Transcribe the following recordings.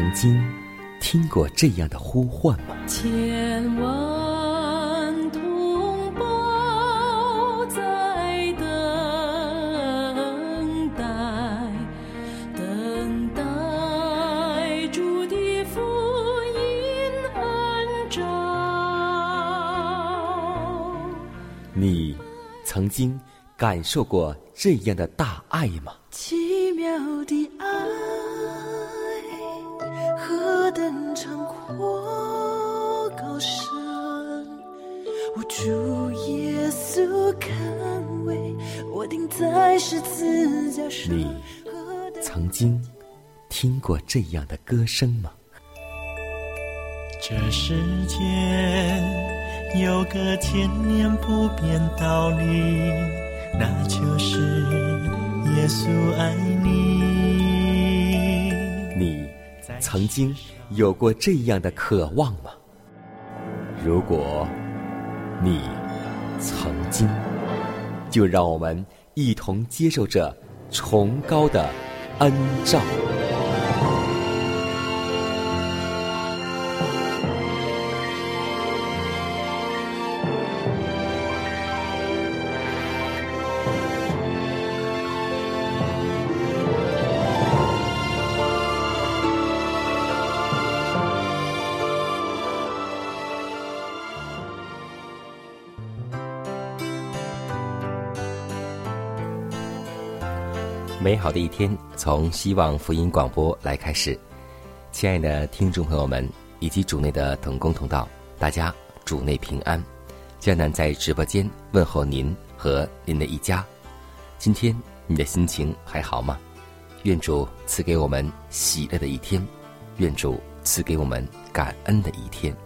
曾经听过这样的呼唤吗？ 千万同胞在等待，等待主的福音恩召。 你曾经感受过这样的大爱吗？ 奇妙的爱，何等长阔高深，我主耶稣看为我钉在十字架上。 你曾经听过这样的歌声吗？ 这世间有个千年不变道理，那就是耶稣爱你。 你曾经有过这样的渴望吗？如果你曾经，就让我们一同接受这崇高的恩召。美好的一天从希望福音广播来开始。亲爱的听众朋友们以及主内的同工同道，大家主内平安。江南在直播间问候您和您的一家。今天你的心情还好吗？愿主赐给我们喜乐的一天，愿主赐给我们感恩的一天。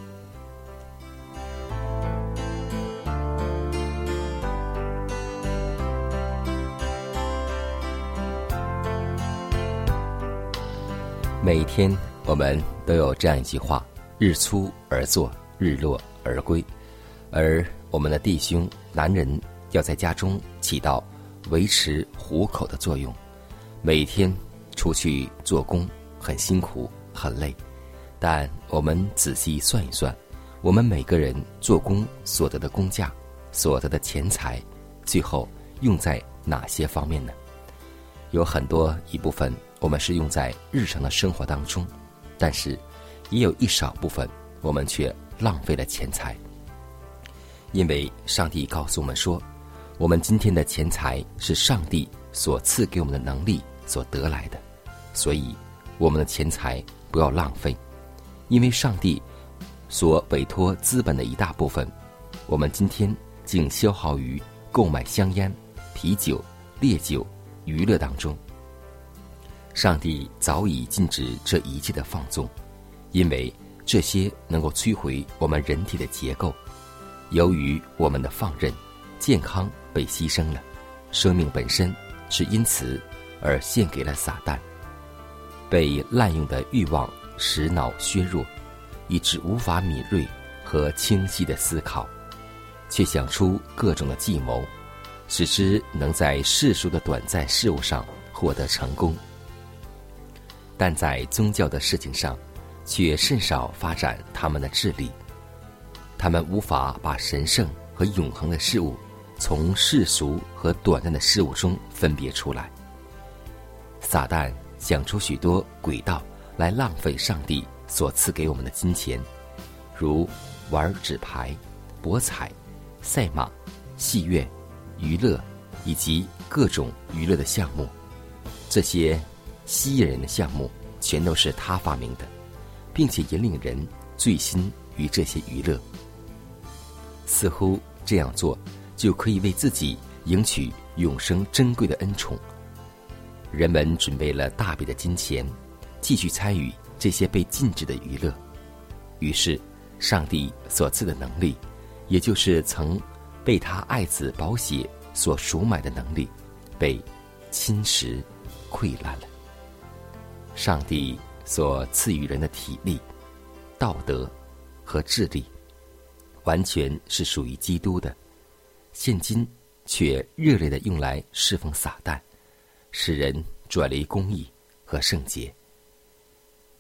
每一天我们都有这样一句话：日出而作，日落而归。而我们的弟兄男人要在家中起到维持糊口的作用，每天出去做工很辛苦很累，但我们仔细算一算，我们每个人做工所得的工价，所得的钱财，最后用在哪些方面呢？有很多一部分我们是用在日常的生活当中，但是也有一少部分我们却浪费了钱财。因为上帝告诉我们说，我们今天的钱财是上帝所赐给我们的能力所得来的，所以我们的钱财不要浪费。因为上帝所委托资本的一大部分，我们今天竟消耗于购买香烟、啤酒、烈酒、娱乐当中。上帝早已禁止这一切的放纵，因为这些能够摧毁我们人体的结构。由于我们的放任，健康被牺牲了，生命本身是因此而献给了撒旦。被滥用的欲望使脑削弱，以致无法敏锐和清晰的思考，却想出各种的计谋，使之能在世俗的短暂事物上获得成功，但在宗教的事情上却甚少发展他们的智力。他们无法把神圣和永恒的事物从世俗和短暂的事物中分别出来。撒旦想出许多诡道来浪费上帝所赐给我们的金钱，如玩纸牌、博彩、赛马、戏乐、娱乐以及各种娱乐的项目。这些吸引人的项目全都是他发明的，并且引领人醉心于这些娱乐。似乎这样做就可以为自己赢取永生珍贵的恩宠。人们准备了大笔的金钱，继续参与这些被禁止的娱乐。于是上帝所赐的能力，也就是曾被他爱子宝血所赎买的能力，被侵蚀溃烂了。上帝所赐予人的体力、道德和智力，完全是属于基督的，现今却热烈地用来侍奉撒旦，使人转离公义和圣洁。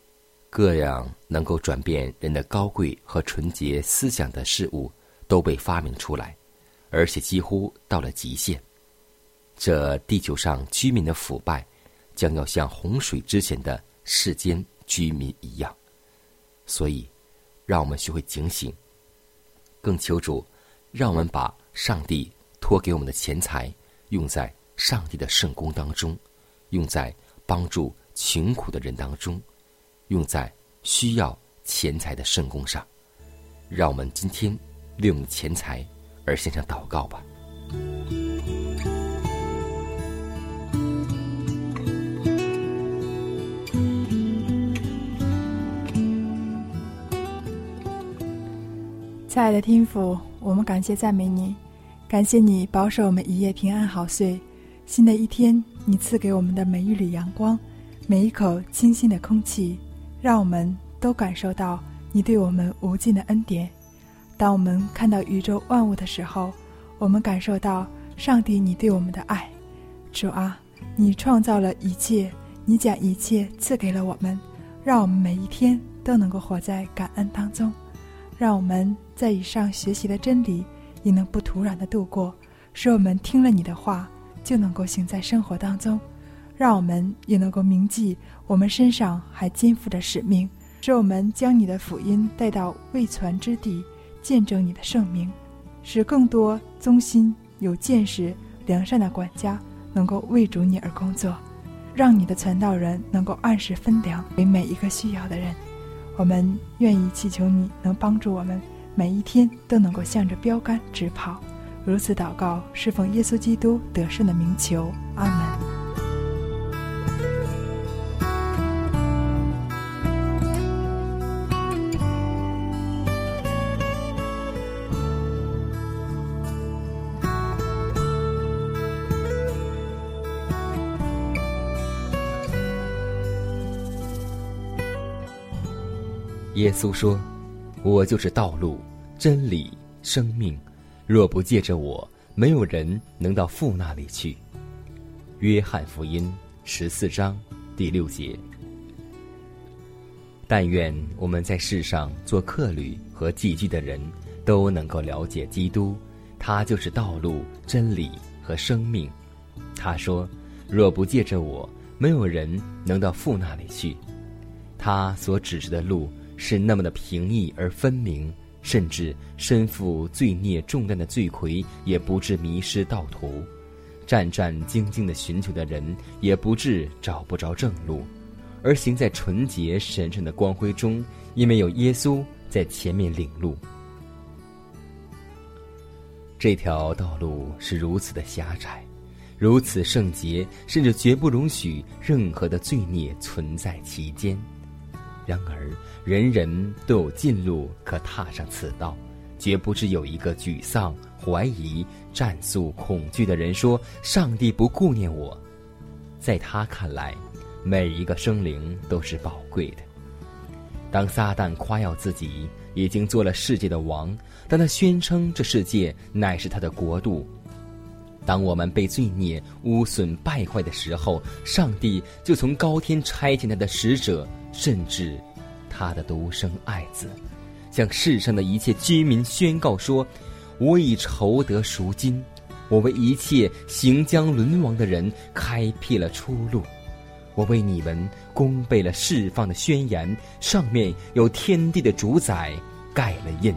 各样能够转变人的高贵和纯洁思想的事物都被发明出来，而且几乎到了极限。这地球上居民的腐败将要像洪水之前的世间居民一样。所以让我们学会警醒，更求主让我们把上帝托给我们的钱财用在上帝的圣工当中，用在帮助穷苦的人当中，用在需要钱财的圣工上。让我们今天利用钱财而献上祷告吧。 亲爱的天父，我们感谢赞美你，感谢你保守我们一夜平安好睡。新的一天，你赐给我们的每一缕阳光，每一口清新的空气，让我们都感受到你对我们无尽的恩典。当我们看到宇宙万物的时候，我们感受到上帝你对我们的爱。主啊，你创造了一切，你将一切赐给了我们，让我们每一天都能够活在感恩当中。让我们在以上学习的真理也能不突然地度过，使我们听了你的话就能够行在生活当中。让我们也能够铭记我们身上还肩负着使命，使我们将你的福音带到未传之地，见证你的圣名，使更多忠心有见识良善的管家能够为主你而工作，让你的传道人能够按时分粮给每一个需要的人。我们愿意祈求你能帮助我们每一天都能够向着标杆直跑。如此祷告是奉耶稣基督得胜的名求，阿门。 耶稣说，我就是道路真理生命，若不借着我，没有人能到父那里去。约翰福音14章第6节。但愿我们在世上做客旅和寄居的人都能够了解基督，他就是道路真理和生命。他说，若不借着我，没有人能到父那里去。他所指示的路是那么的平易而分明，甚至身负罪孽重担的罪魁也不致迷失道途，战战兢兢地寻求的人也不致找不着正路，而行在纯洁神圣的光辉中，因为有耶稣在前面领路。这条道路是如此的狭窄，如此圣洁，甚至绝不容许任何的罪孽存在其间。然而人人都有近路可踏上此道，绝不知有一个沮丧怀疑战诉恐惧的人说，上帝不顾念我。在他看来，每一个生灵都是宝贵的。当撒旦夸耀自己已经做了世界的王，当他宣称这世界乃是他的国度，当我们被罪孽污损败坏的时候，上帝就从高天差遣他的使者，甚至他的独生爱子，向世上的一切居民宣告说，我已筹得赎金，我为一切行将沦亡的人开辟了出路，我为你们供备了释放的宣言，上面有天地的主宰盖了印。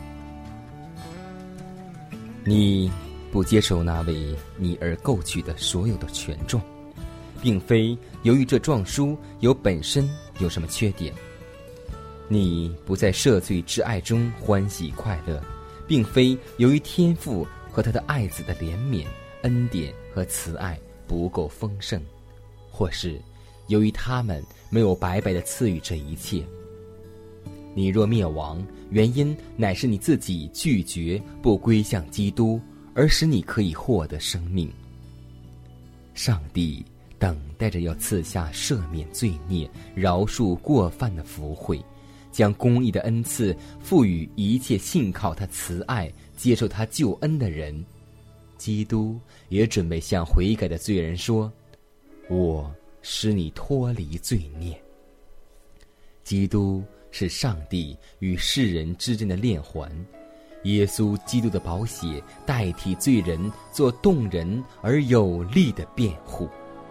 你不接受那为你而购取的所有的权状，并非由于这状书本身有什么缺点。你不在赦罪之爱中欢喜快乐，并非由于天父和他的爱子的怜悯、恩典和慈爱不够丰盛，或是由于他们没有白白的赐予这一切。你若灭亡，原因乃是你自己拒绝不归向基督，而使你可以获得生命。上帝等待着要赐下赦免罪孽、饶恕过犯的福惠，将公义的恩赐赋予一切信靠他慈爱、接受他救恩的人。基督也准备向悔改的罪人说，我使你脱离罪孽。 基督是上帝与世人之间的链环，耶稣基督的宝血代替罪人做动人而有力的辩护。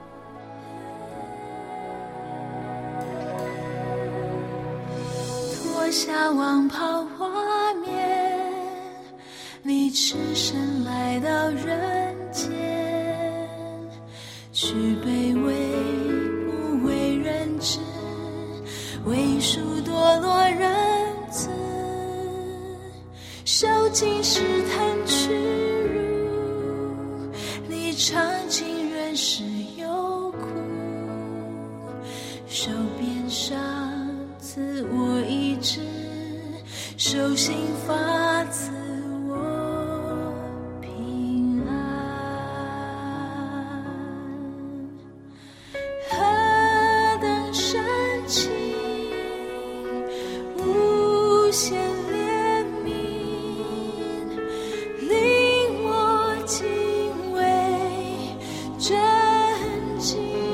脱下王袍华冕，你赤身来到人间，去卑微不为人知，为赎堕落人子，受尽试探屈辱，你尝尽人世忧苦，受鞭伤赐我医治，受刑罚赐我平安。何等深情，无限怜悯，令我敬畏震惊。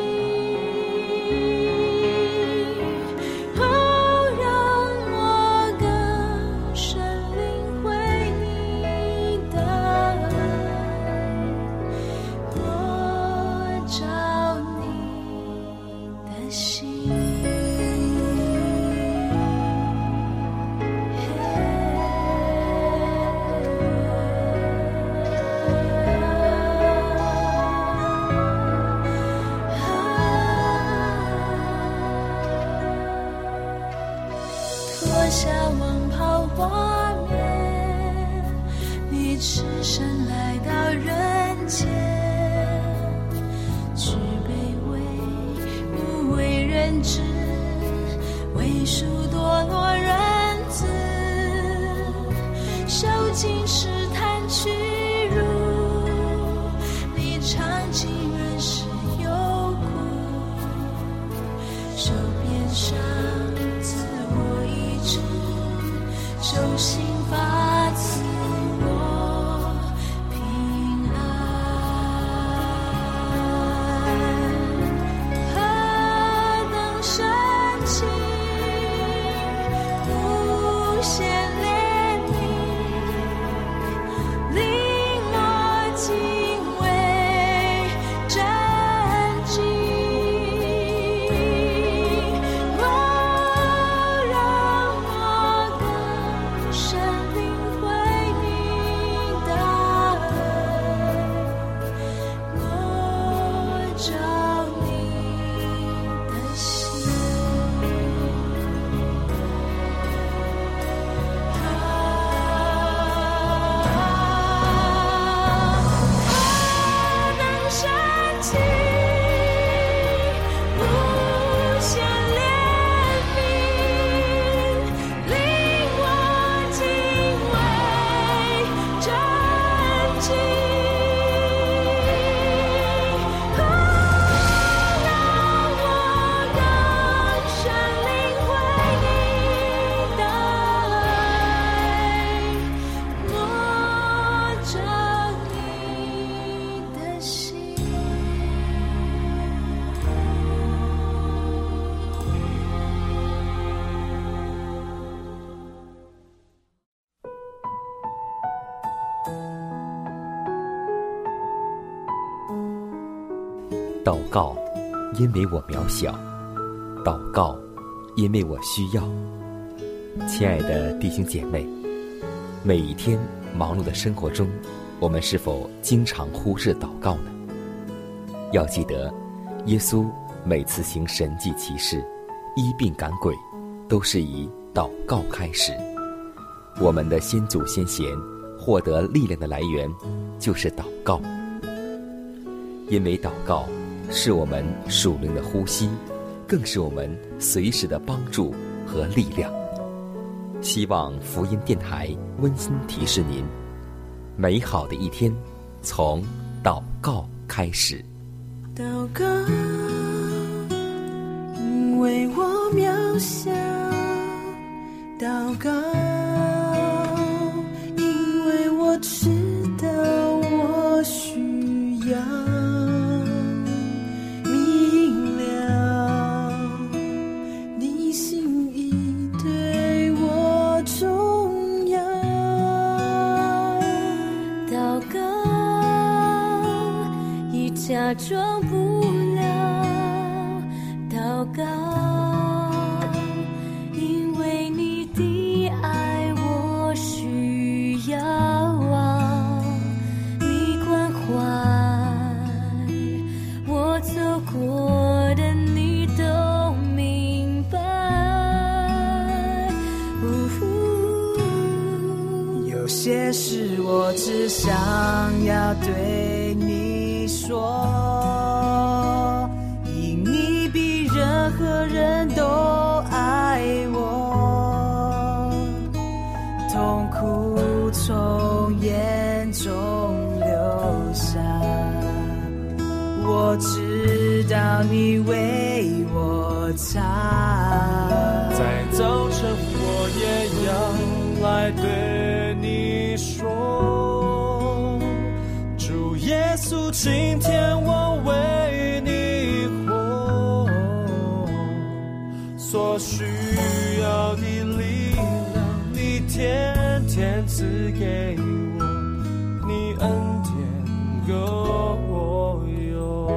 脱下王袍华冕，你赤身来到人间，去卑微不为人知，为赎堕落人子，受尽试探屈辱，你尝尽人世忧苦，受鞭伤赐我医治，受刑罚赐我平安。何等深情，无限怜悯，令我敬畏震惊。哦，让我更深领会你的爱，我照你的心。何等深情，无限怜悯，令我敬畏震惊。哦，让我更深领会你的爱，我照你的心。 祷告，因为我渺小；祷告，因为我需要。亲爱的弟兄姐妹，每一天忙碌的生活中，我们是否经常忽视祷告呢？要记得，耶稣每次行神迹奇事、医病赶鬼，都是以祷告开始。我们的先祖先贤获得力量的来源，就是祷告。因为祷告是我们属灵的呼吸，更是我们随时的帮助和力量。希望福音电台温馨提示您，美好的一天从祷告开始。 祷告，因为我渺小；祷告，因为我知道我需要。明了你心意忘不了祷告，因为你的爱我需要啊，你关怀我走过的你都明白。 有些事我只想要对你说，因你比任何人都爱我，痛苦从眼中流下，我知道你为我擦。 在早晨我也要来对你说，主耶稣，今天我为你活，所需要的力量你天天赐给我，你恩典够用。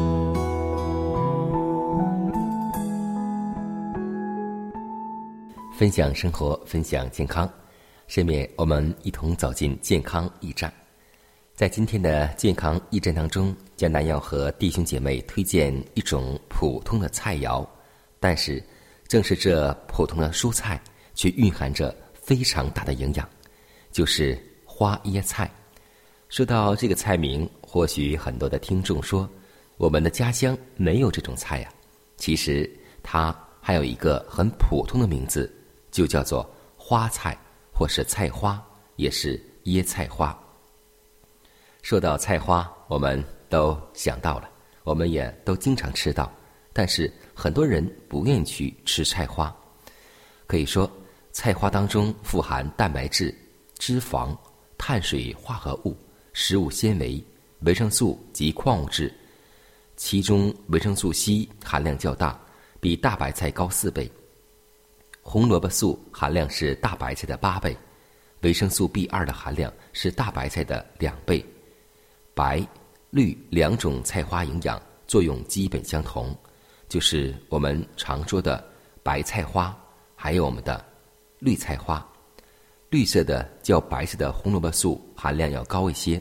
分享生活，分享健康。下面我们一同走进健康驿站。在今天的健康驿站当中，江南要和弟兄姐妹推荐一种普通的菜肴，但是正是这普通的蔬菜却蕴含着非常大的营养，就是花椰菜。说到这个菜名，或许很多的听众说我们的家乡没有这种菜呀。其实它还有一个很普通的名字，就叫做花菜或是菜花，也是椰菜花。说到菜花，我们都想到了，我们也都经常吃到，但是很多人不愿意去吃菜花。可以说菜花当中富含蛋白质、脂肪、碳水化合物、食物纤维、维生素及矿物质，其中维生素 C 含量较大，比大白菜高4倍。红萝卜素含量是大白菜的8倍，维生素 B2 的含量是大白菜的2倍。白、绿两种菜花营养作用基本相同，就是我们常说的白菜花，还有我们的绿菜花。绿色的较白色的红萝卜素含量要高一些。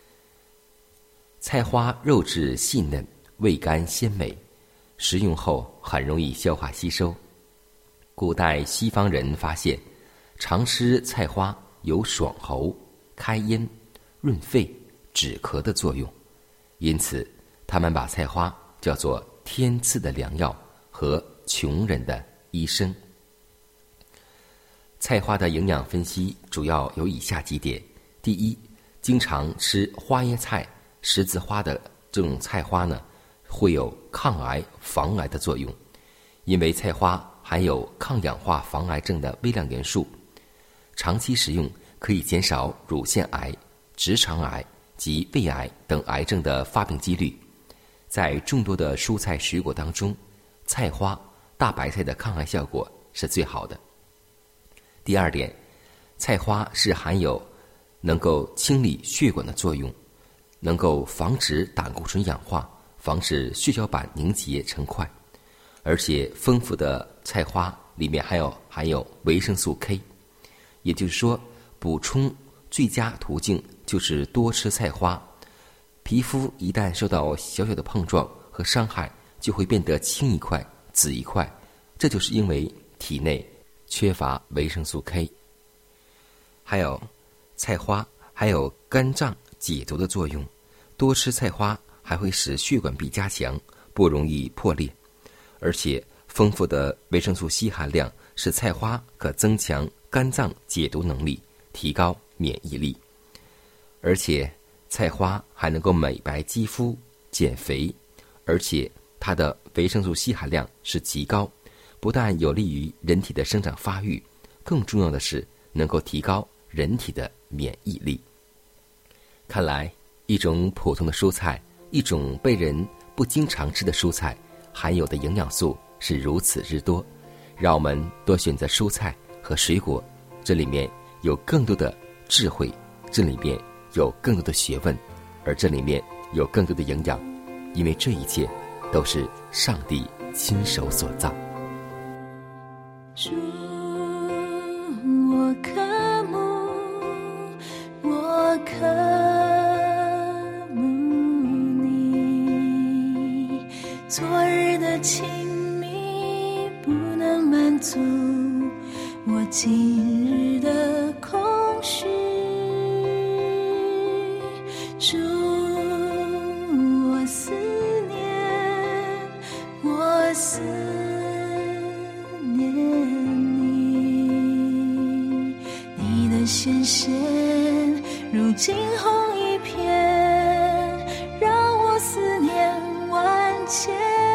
菜花肉质细嫩，味甘鲜美，食用后很容易消化吸收。古代西方人发现，常吃菜花有爽喉、开咽、润肺、止咳的作用，因此他们把菜花叫做天赐的良药和穷人的医生。菜花的营养分析主要有以下几点：第一，经常吃花椰菜、十字花的这种菜花呢，会有抗癌防癌的作用，因为菜花含有抗氧化防癌症的微量元素，长期食用可以减少乳腺癌、直肠癌及胃癌等癌症的发病几率。在众多的蔬菜水果当中，菜花、大白菜的抗癌效果是最好的。第二点，菜花是含有能够清理血管的作用，能够防止胆固醇氧化，防止血小板凝结成块，而且丰富的菜花里面还有维生素 K， 也就是说，补充最佳途径就是多吃菜花。皮肤一旦受到小小的碰撞和伤害，就会变得青一块、紫一块，这就是因为体内缺乏维生素 K。 还有菜花还有肝脏解毒的作用，多吃菜花还会使血管壁加强，不容易破裂，而且丰富的维生素 C 含量使菜花可增强肝脏解毒能力，提高免疫力。而且菜花还能够美白肌肤、减肥，而且它的维生素 C 含量是极高，不但有利于人体的生长发育，更重要的是能够提高人体的免疫力。看来一种普通的蔬菜，一种被人不经常吃的蔬菜，含有的营养素是如此之多。让我们多选择蔬菜和水果，这里面有更多的智慧，这里面有更多的学问，而这里面有更多的营养， 因为这一切都是上帝亲手所造。 主，我渴慕，我渴慕你。昨日的亲密不能满足我今日的空虚。主，我思念，我思念你，你的显现如惊鸿一瞥，让我思念万千。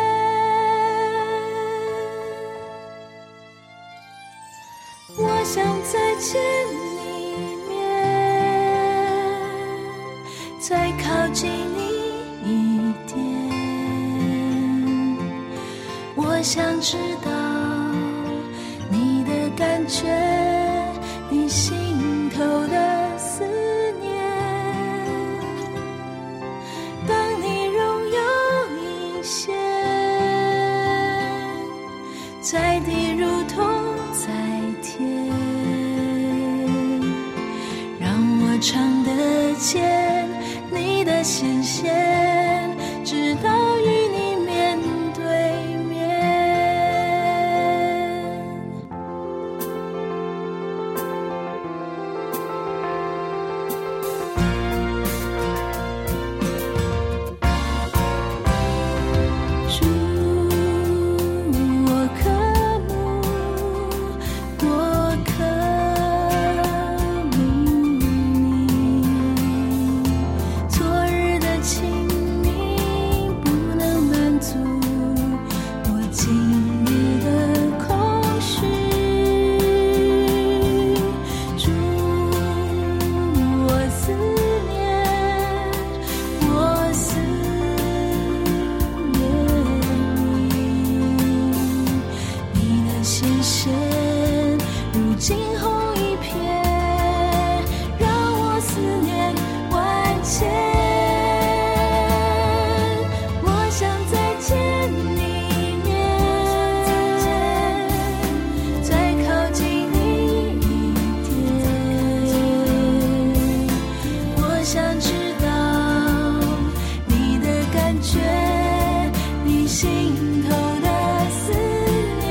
我想再见你面，再靠近你一点，我想知道你的感觉，你心头的思念。当你荣耀隐现，在地如同在天，让我尝得见你的显现，直到与你面对面。主，我渴慕，我渴慕你。昨日的亲密不能满足我今日的空虚。主，我思念，我思念你，你的显现如惊鸿一瞥，让我思念万千。我想再见你面，再靠近你一点，我想知道你的感觉，你心头的思念。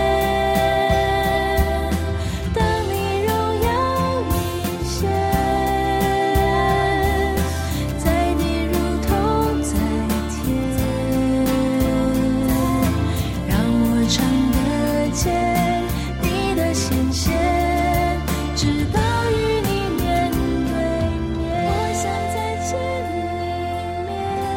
当你荣耀隐现，在地如同在天，让我尝得见你的显现，直到与你面对面。我想再见你面，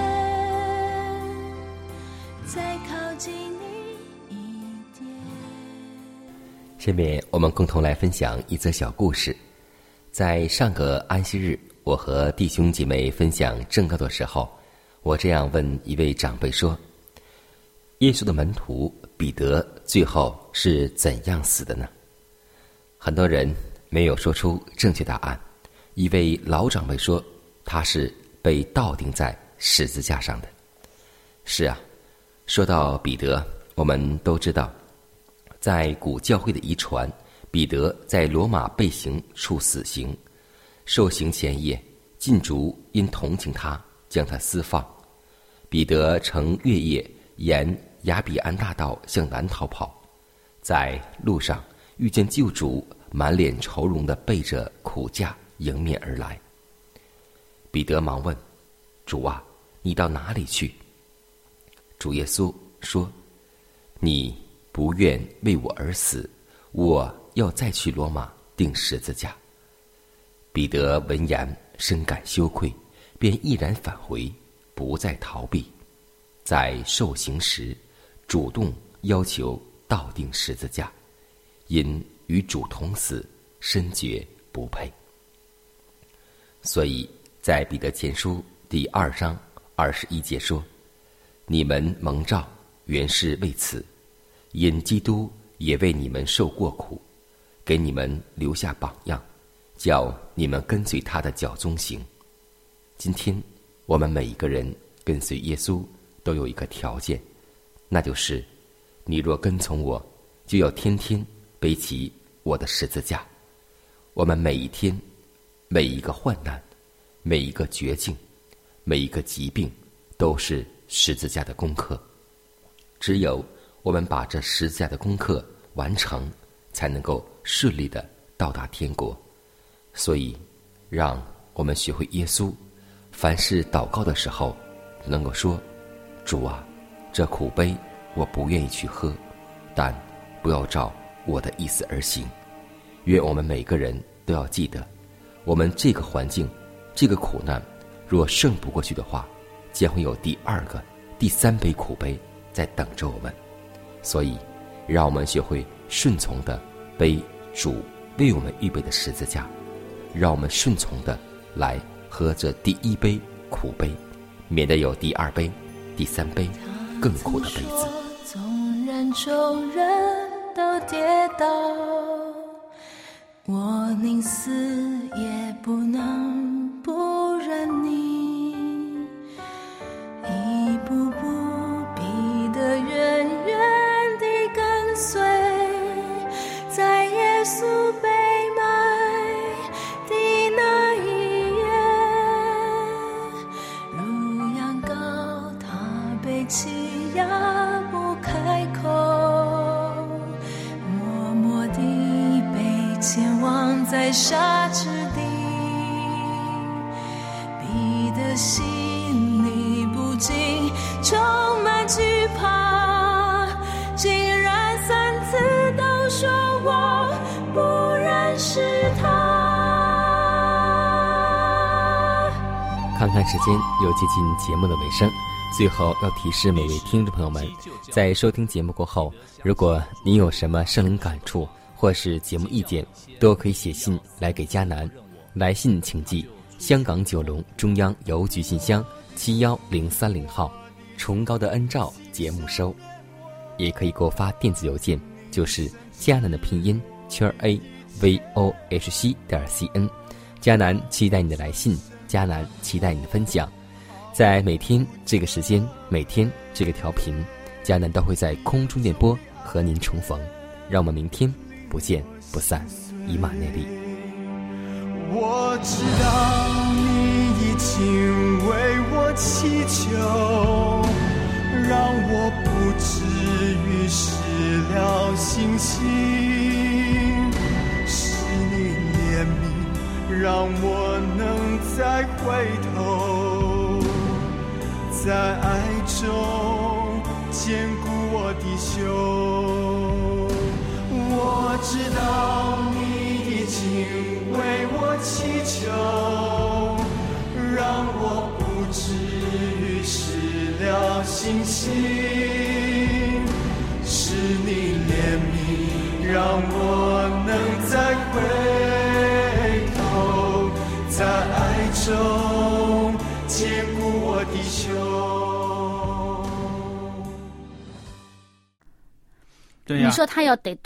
再靠近你一点。 下面我们共同来分享一则小故事。在上个安息日，我和弟兄姐妹分享正道的时候，我这样问一位长辈说：耶稣的门徒彼得最后是怎样死的呢？很多人没有说出正确答案。一位老长辈说，他是被倒钉在十字架上的。是啊，说到彼得，我们都知道，在古教会的遗传，彼得在罗马被刑处死刑，受刑前夜，禁卒因同情他，将他释放。彼得乘月夜沿亚比安大道向南逃跑，在路上遇见救主满脸愁容的背着苦架迎面而来。彼得忙问：主啊，你到哪里去？主耶稣说：你不愿为我而死，我要再去罗马钉十字架。彼得闻言深感羞愧，便毅然返回，不再逃避。在受刑时，主动要求倒钉十字架，因与主同死，深觉不配。所以在彼得前书第2章21节说：你们蒙召原是为此，因基督也为你们受过苦，给你们留下榜样，叫你们跟随他的脚踪行。今天我们每一个人跟随耶稣都有一个条件，那就是你若跟从我，就要天天背起我的十字架。我们每一天，每一个患难，每一个绝境，每一个疾病，都是十字架的功课。只有我们把这十字架的功课完成，才能够顺利地到达天国。所以让我们学会耶稣，凡是祷告的时候能够说，主啊，这苦杯我不愿意去喝，但不要照我的意思而行。愿我们每个人都要记得，我们这个环境，这个苦难若胜不过去的话，将会有第二个、第三杯苦杯在等着我们。所以让我们学会顺从的背主为我们预备的十字架，让我们顺从的来喝这第一杯苦杯，免得有第二杯、第三杯更苦的杯子。 纵然众人都跌倒，我宁死也不能不认你，一步步逼得远远地跟随，在耶稣被卖的那一夜，如羊羔他被欺压不开口，默默地被前往在沙之地，逼得心里不禁充满惧怕，竟然三次都说我不认识他。 看看时间，又接近节目的尾声，最后要提示每位听众朋友们，在收听节目过后，如果您有什么圣灵感触或是节目意见，都可以写信来给迦南。来信请寄香港九龙中央邮局信箱71030号，崇高的恩照节目收。也可以给我发电子邮件，就是迦南的拼音@vohc.cn。迦南期待你的来信，迦南期待你的分享。在每天这个时间，每天这个调频，迦南都会在空中电波和您重逢。让我们明天不见不散，以马内利。 我知道你已经为我祈求，让我不至于失了信心，是你怜悯，让我能再回头，在爱中坚固我的胸。我知道你已经为我祈求，让我不至于失了信心，是你怜悯，让我能再回头，在爱中坚固我的胸。 你说他要得